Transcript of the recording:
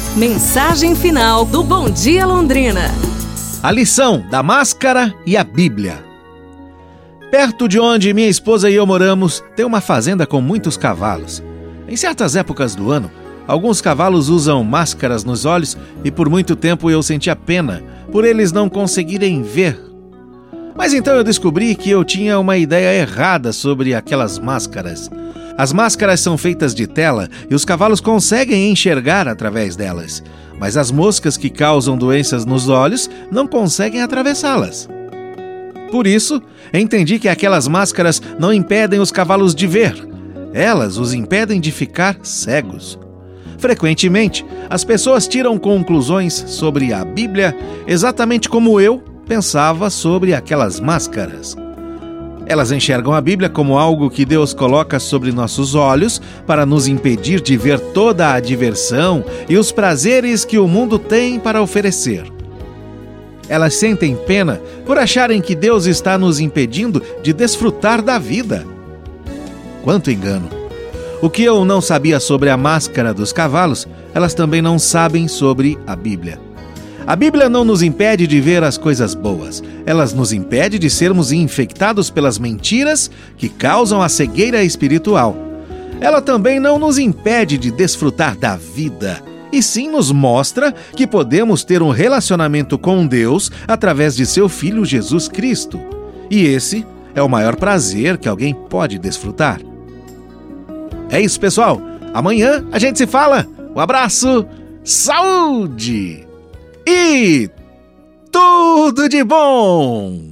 Mensagem final do Bom Dia Londrina. A lição da máscara e a Bíblia. Perto de onde minha esposa e eu moramos, tem uma fazenda com muitos cavalos. Em certas épocas do ano, alguns cavalos usam máscaras nos olhos e por muito tempo eu sentia pena por eles não conseguirem ver. Mas então eu descobri que eu tinha uma ideia errada sobre aquelas máscaras. As máscaras são feitas de tela e os cavalos conseguem enxergar através delas, mas as moscas que causam doenças nos olhos não conseguem atravessá-las. Por isso, entendi que aquelas máscaras não impedem os cavalos de ver, elas os impedem de ficar cegos. Frequentemente, as pessoas tiram conclusões sobre a Bíblia exatamente como eu pensava sobre aquelas máscaras. Elas enxergam a Bíblia como algo que Deus coloca sobre nossos olhos para nos impedir de ver toda a diversão e os prazeres que o mundo tem para oferecer. Elas sentem pena por acharem que Deus está nos impedindo de desfrutar da vida. Quanto engano! O que eu não sabia sobre a máscara dos cavalos, elas também não sabem sobre a Bíblia. A Bíblia não nos impede de ver as coisas boas. Elas nos impede de sermos infectados pelas mentiras que causam a cegueira espiritual. Ela também não nos impede de desfrutar da vida, e sim nos mostra que podemos ter um relacionamento com Deus através de seu Filho Jesus Cristo. E esse é o maior prazer que alguém pode desfrutar. É isso, pessoal. Amanhã a gente se fala. Um abraço, saúde! E tudo de bom!